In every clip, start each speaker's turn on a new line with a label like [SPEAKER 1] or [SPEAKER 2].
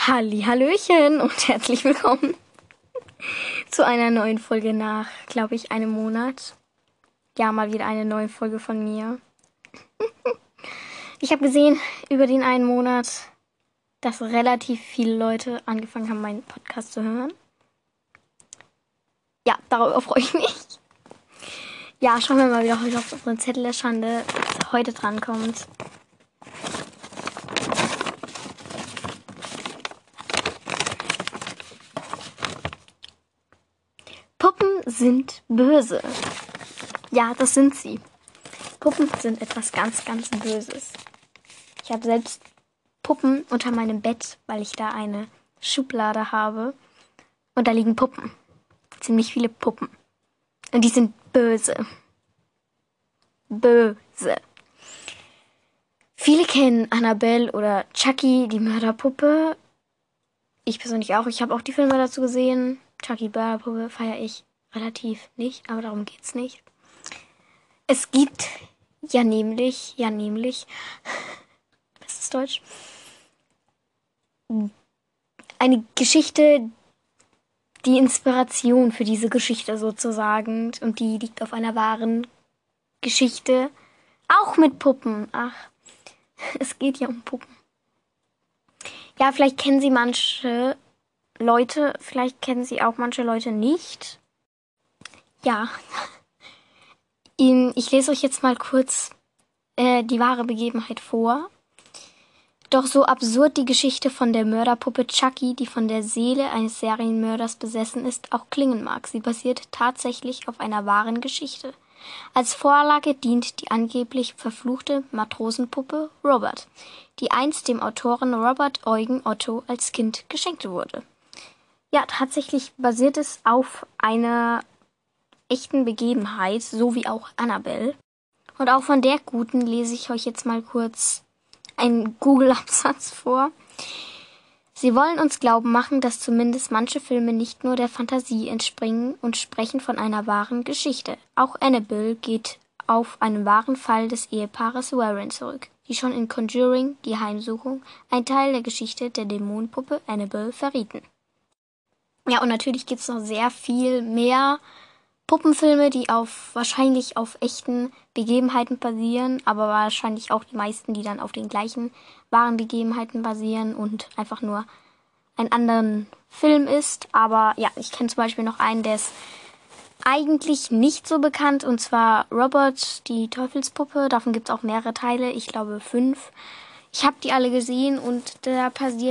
[SPEAKER 1] Hallihallöchen und herzlich willkommen zu einer neuen Folge nach, glaube ich, einem Monat. Ja, mal wieder eine neue Folge von mir. Ich habe gesehen über den einen Monat, dass relativ viele Leute angefangen haben, meinen Podcast zu hören. Ja, darüber freue ich mich. Ja, schauen wir mal wieder heute auf unseren Zettel der Schande, was heute drankommt. Puppen sind böse. Ja, das sind sie. Puppen sind etwas ganz, ganz Böses. Ich habe selbst Puppen unter meinem Bett, weil ich da eine Schublade habe. Und da liegen Puppen. Ziemlich viele Puppen. Und die sind böse. Böse. Viele kennen Annabelle oder Chucky, die Mörderpuppe. Ich persönlich auch. Ich habe auch die Filme dazu gesehen. Chucky, Mörderpuppe feiere ich relativ nicht, aber darum geht's nicht. Es gibt ja nämlich, was ist Deutsch? Eine Geschichte, die Inspiration für diese Geschichte sozusagen, und die liegt auf einer wahren Geschichte, auch mit Puppen. Ach, es geht ja um Puppen. Ja, vielleicht kennen sie manche Leute, vielleicht kennen sie auch manche Leute nicht. Ja, ich lese euch jetzt mal kurz die wahre Begebenheit vor. Doch so absurd die Geschichte von der Mörderpuppe Chucky, die von der Seele eines Serienmörders besessen ist, auch klingen mag, sie basiert tatsächlich auf einer wahren Geschichte. Als Vorlage dient die angeblich verfluchte Matrosenpuppe Robert, die einst dem Autoren Robert Eugen Otto als Kind geschenkt wurde. Ja, tatsächlich basiert es auf einer echten Begebenheit, so wie auch Annabelle. Und auch von der guten lese ich euch jetzt mal kurz einen Google-Absatz vor. Sie wollen uns glauben machen, dass zumindest manche Filme nicht nur der Fantasie entspringen und sprechen von einer wahren Geschichte. Auch Annabelle geht auf einen wahren Fall des Ehepaares Warren zurück, die schon in Conjuring, die Heimsuchung, einen Teil der Geschichte der Dämonenpuppe Annabelle verrieten. Ja, und natürlich gibt es noch sehr viel mehr Puppenfilme, die wahrscheinlich auf echten Begebenheiten basieren, aber wahrscheinlich auch die meisten, die dann auf den gleichen wahren Begebenheiten basieren und einfach nur einen anderen Film ist. Aber ja, ich kenne zum Beispiel noch einen, der ist eigentlich nicht so bekannt, und zwar Robert, die Teufelspuppe. Davon gibt es auch mehrere Teile, ich glaube 5. Ich habe die alle gesehen und der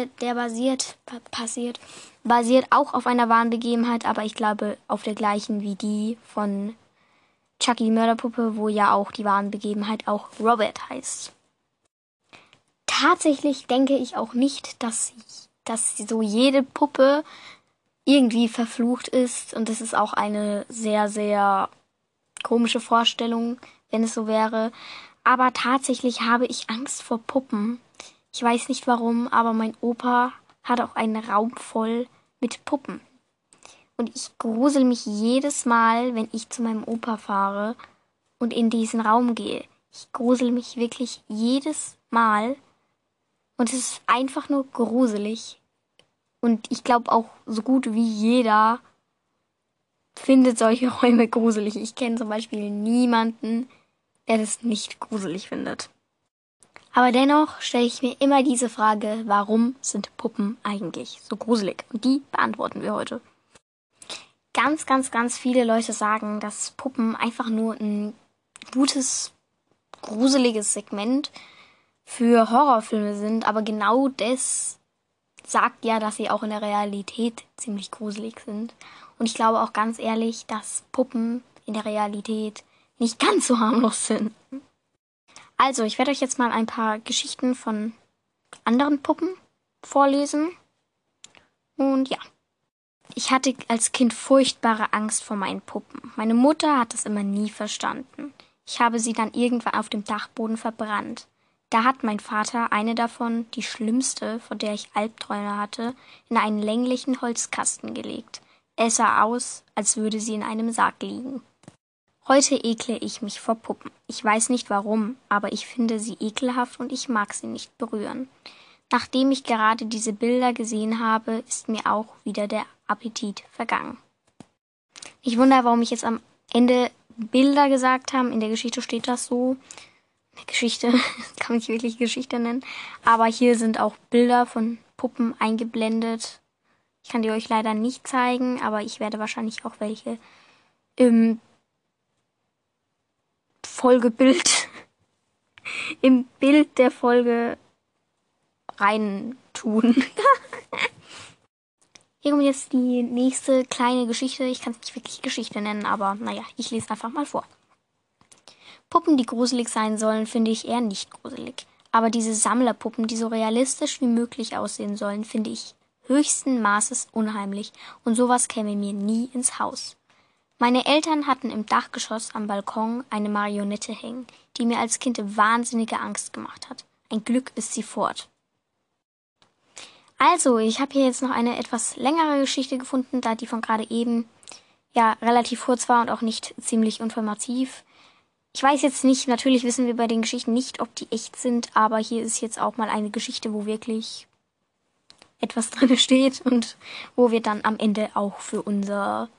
[SPEAKER 1] basiert auch auf einer wahren Begebenheit, aber ich glaube auf der gleichen wie die von Chucky die Mörderpuppe, wo ja auch die wahren Begebenheit auch Robert heißt. Tatsächlich denke ich auch nicht, dass so jede Puppe irgendwie verflucht ist, und das ist auch eine sehr, sehr komische Vorstellung, wenn es so wäre. Aber tatsächlich habe ich Angst vor Puppen. Ich weiß nicht warum, aber mein Opa hat auch einen Raum voll mit Puppen. Und ich grusel mich jedes Mal, wenn ich zu meinem Opa fahre und in diesen Raum gehe. Ich grusel mich wirklich jedes Mal. Und es ist einfach nur gruselig. Und ich glaube auch so gut wie jeder findet solche Räume gruselig. Ich kenne zum Beispiel niemanden, der das nicht gruselig findet. Aber dennoch stelle ich mir immer diese Frage, warum sind Puppen eigentlich so gruselig? Und die beantworten wir heute. Ganz, ganz, ganz viele Leute sagen, dass Puppen einfach nur ein gutes, gruseliges Segment für Horrorfilme sind. Aber genau das sagt ja, dass sie auch in der Realität ziemlich gruselig sind. Und ich glaube auch ganz ehrlich, dass Puppen in der Realität nicht ganz so harmlos sind. Also, ich werde euch jetzt mal ein paar Geschichten von anderen Puppen vorlesen. Und ja, ich hatte als Kind furchtbare Angst vor meinen Puppen. Meine Mutter hat das immer nie verstanden. Ich habe sie dann irgendwann auf dem Dachboden verbrannt. Da hat mein Vater eine davon, die schlimmste, von der ich Albträume hatte, in einen länglichen Holzkasten gelegt. Es sah aus, als würde sie in einem Sarg liegen. Heute ekle ich mich vor Puppen. Ich weiß nicht warum, aber ich finde sie ekelhaft und ich mag sie nicht berühren. Nachdem ich gerade diese Bilder gesehen habe, ist mir auch wieder der Appetit vergangen. Ich wundere, warum ich jetzt am Ende Bilder gesagt habe. In der Geschichte steht das so. Geschichte, kann man nicht wirklich Geschichte nennen. Aber hier sind auch Bilder von Puppen eingeblendet. Ich kann die euch leider nicht zeigen, aber ich werde wahrscheinlich auch welche im Folgebild, im Bild der Folge rein tun. Hier kommt jetzt die nächste kleine Geschichte. Ich kann es nicht wirklich Geschichte nennen, aber naja, ich lese einfach mal vor. Puppen, die gruselig sein sollen, finde ich eher nicht gruselig. Aber diese Sammlerpuppen, die so realistisch wie möglich aussehen sollen, finde ich höchsten Maßes unheimlich. Und sowas käme mir nie ins Haus. Meine Eltern hatten im Dachgeschoss am Balkon eine Marionette hängen, die mir als Kind wahnsinnige Angst gemacht hat. Ein Glück ist sie fort. Also, ich habe hier jetzt noch eine etwas längere Geschichte gefunden, da die von gerade eben ja relativ kurz war und auch nicht ziemlich informativ. Ich weiß jetzt nicht, natürlich wissen wir bei den Geschichten nicht, ob die echt sind, aber hier ist jetzt auch mal eine Geschichte, wo wirklich etwas drin steht und wo wir dann am Ende auch für unser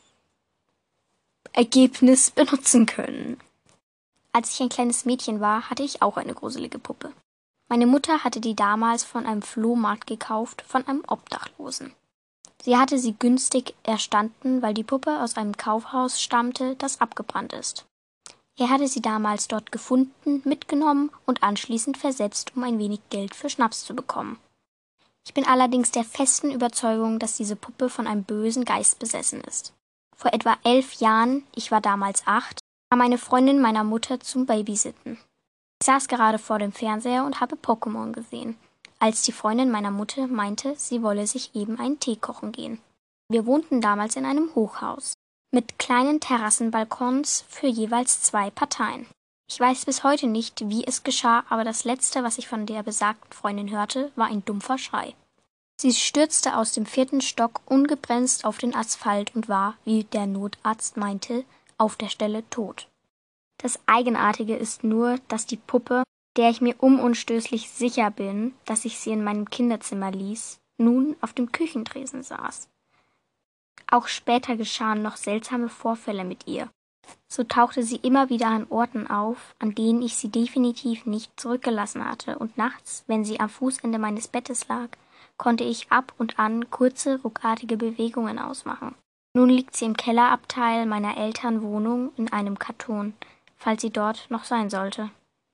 [SPEAKER 1] Ergebnis benutzen können. Als ich ein kleines Mädchen war, hatte ich auch eine gruselige Puppe. Meine Mutter hatte die damals von einem Flohmarkt gekauft, von einem Obdachlosen. Sie hatte sie günstig erstanden, weil die Puppe aus einem Kaufhaus stammte, das abgebrannt ist. Er hatte sie damals dort gefunden, mitgenommen und anschließend versetzt, um ein wenig Geld für Schnaps zu bekommen. Ich bin allerdings der festen Überzeugung, dass diese Puppe von einem bösen Geist besessen ist. Vor etwa 11 Jahren, ich war damals 8, kam eine Freundin meiner Mutter zum Babysitten. Ich saß gerade vor dem Fernseher und habe Pokémon gesehen, als die Freundin meiner Mutter meinte, sie wolle sich eben einen Tee kochen gehen. Wir wohnten damals in einem Hochhaus mit kleinen Terrassenbalkons für jeweils 2 Parteien. Ich weiß bis heute nicht, wie es geschah, aber das Letzte, was ich von der besagten Freundin hörte, war ein dumpfer Schrei. Sie stürzte aus dem 4. Stock ungebremst auf den Asphalt und war, wie der Notarzt meinte, auf der Stelle tot. Das Eigenartige ist nur, dass die Puppe, der ich mir unumstößlich sicher bin, dass ich sie in meinem Kinderzimmer ließ, nun auf dem Küchentresen saß. Auch später geschahen noch seltsame Vorfälle mit ihr. So tauchte sie immer wieder an Orten auf, an denen ich sie definitiv nicht zurückgelassen hatte, und nachts, wenn sie am Fußende meines Bettes lag, konnte ich ab und an kurze, ruckartige Bewegungen ausmachen. Nun liegt sie im Kellerabteil meiner Elternwohnung in einem Karton, falls sie dort noch sein sollte.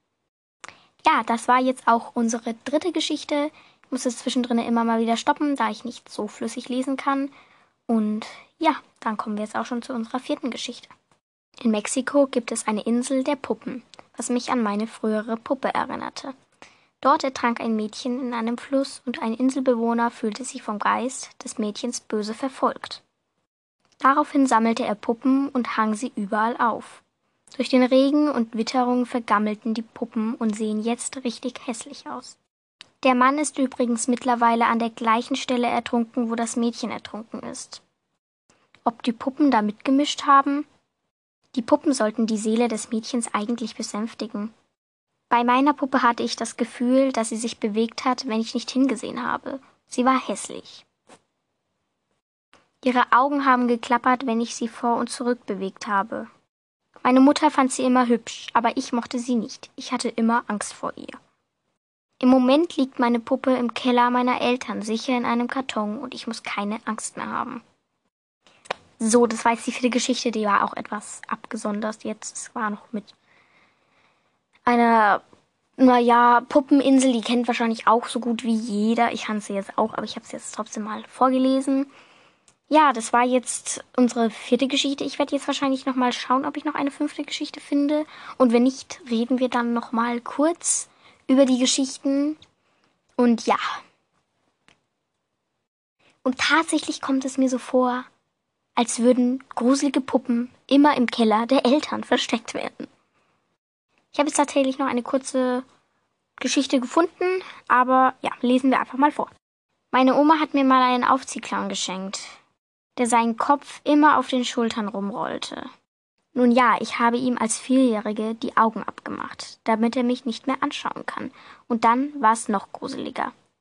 [SPEAKER 1] Ja, das war jetzt auch unsere 3. Geschichte. Ich muss jetzt zwischendrin immer mal wieder stoppen, da ich nicht so flüssig lesen kann. Und ja, dann kommen wir jetzt auch schon zu unserer 4. Geschichte. In Mexiko gibt es eine Insel der Puppen, was mich an meine frühere Puppe erinnerte. Dort ertrank ein Mädchen in einem Fluss und ein Inselbewohner fühlte sich vom Geist des Mädchens böse verfolgt. Daraufhin sammelte er Puppen und hang sie überall auf. Durch den Regen und Witterung vergammelten die Puppen und sehen jetzt richtig hässlich aus. Der Mann ist übrigens mittlerweile an der gleichen Stelle ertrunken, wo das Mädchen ertrunken ist. Ob die Puppen da mitgemischt haben? Die Puppen sollten die Seele des Mädchens eigentlich besänftigen. Bei meiner Puppe hatte ich das Gefühl, dass sie sich bewegt hat, wenn ich nicht hingesehen habe. Sie war hässlich. Ihre Augen haben geklappert, wenn ich sie vor und zurück bewegt habe. Meine Mutter fand sie immer hübsch, aber ich mochte sie nicht. Ich hatte immer Angst vor ihr. Im Moment liegt meine Puppe im Keller meiner Eltern, sicher in einem Karton, und ich muss keine Angst mehr haben. So, das war jetzt die 4. Geschichte, die war auch etwas abgesondert jetzt. Es war noch mit einer, Puppeninsel, die kennt wahrscheinlich auch so gut wie jeder. Ich kann sie jetzt auch, aber ich habe es jetzt trotzdem mal vorgelesen. Ja, das war jetzt unsere 4. Geschichte. Ich werde jetzt wahrscheinlich nochmal schauen, ob ich noch eine 5. Geschichte finde. Und wenn nicht, reden wir dann nochmal kurz über die Geschichten. Und ja. Und tatsächlich kommt es mir so vor, als würden gruselige Puppen immer im Keller der Eltern versteckt werden. Ich habe jetzt tatsächlich noch eine kurze Geschichte gefunden, aber ja, lesen wir einfach mal vor. Meine Oma hat mir mal einen Aufziehclown geschenkt, der seinen Kopf immer auf den Schultern rumrollte. Nun ja, ich habe ihm als 4-Jährige die Augen abgemacht, damit er mich nicht mehr anschauen kann. Und dann war es noch gruseliger.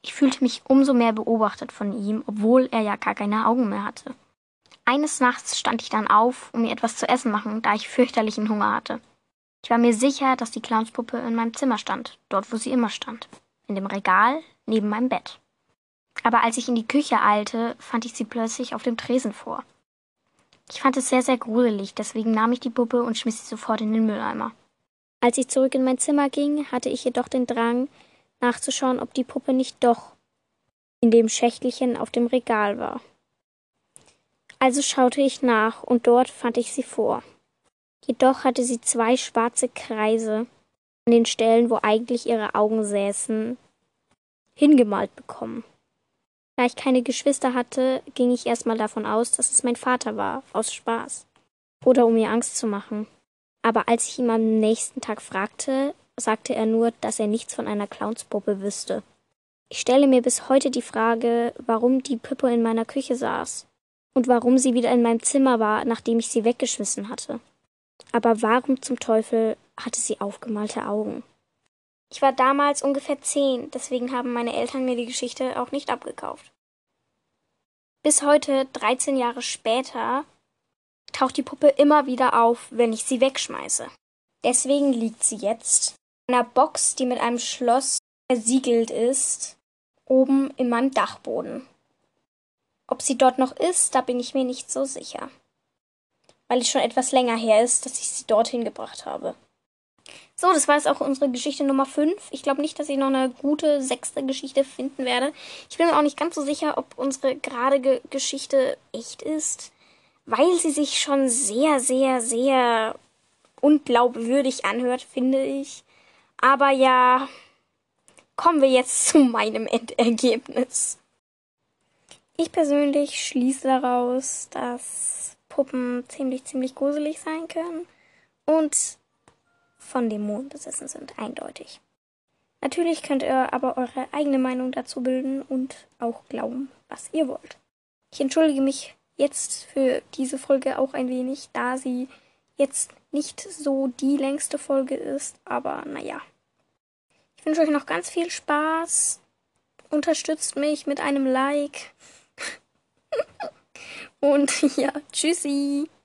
[SPEAKER 1] Ich fühlte mich umso mehr beobachtet von ihm, obwohl er ja gar keine Augen mehr hatte. Eines Nachts stand ich dann auf, um mir etwas zu essen machen, da ich fürchterlichen Hunger hatte. Ich war mir sicher, dass die Clownspuppe in meinem Zimmer stand, dort wo sie immer stand, in dem Regal neben meinem Bett. Aber als ich in die Küche eilte, fand ich sie plötzlich auf dem Tresen vor. Ich fand es sehr, sehr gruselig, deswegen nahm ich die Puppe und schmiss sie sofort in den Mülleimer. Als ich zurück in mein Zimmer ging, hatte ich jedoch den Drang, nachzuschauen, ob die Puppe nicht doch in dem Schächtelchen auf dem Regal war. Also schaute ich nach und dort fand ich sie vor. Jedoch hatte sie 2 schwarze Kreise an den Stellen, wo eigentlich ihre Augen säßen, hingemalt bekommen. Da ich keine Geschwister hatte, ging ich erstmal davon aus, dass es mein Vater war, aus Spaß. Oder um mir Angst zu machen. Aber als ich ihn am nächsten Tag fragte, sagte er nur, dass er nichts von einer Clownspuppe wüsste. Ich stelle mir bis heute die Frage, warum die Puppe in meiner Küche saß und warum sie wieder in meinem Zimmer war, nachdem ich sie weggeschmissen hatte. Aber warum zum Teufel hatte sie aufgemalte Augen? Ich war damals ungefähr 10, deswegen haben meine Eltern mir die Geschichte auch nicht abgekauft. Bis heute, 13 Jahre später, taucht die Puppe immer wieder auf, wenn ich sie wegschmeiße. Deswegen liegt sie jetzt in einer Box, die mit einem Schloss versiegelt ist, oben in meinem Dachboden. Ob sie dort noch ist, da bin ich mir nicht so sicher, weil es schon etwas länger her ist, dass ich sie dorthin gebracht habe. So, das war jetzt auch unsere Geschichte Nummer 5. Ich glaube nicht, dass ich noch eine gute 6. Geschichte finden werde. Ich bin mir auch nicht ganz so sicher, ob unsere gerade Geschichte echt ist, weil sie sich schon sehr, sehr, sehr unglaubwürdig anhört, finde ich. Aber ja, kommen wir jetzt zu meinem Endergebnis. Ich persönlich schließe daraus, dass Puppen ziemlich gruselig sein können und von Dämonen besessen sind, eindeutig. Natürlich könnt ihr aber eure eigene Meinung dazu bilden und auch glauben, was ihr wollt. Ich entschuldige mich jetzt für diese Folge auch ein wenig, da sie jetzt nicht so die längste Folge ist, aber naja. Ich wünsche euch noch ganz viel Spaß. Unterstützt mich mit einem Like. Und ja, tschüssi.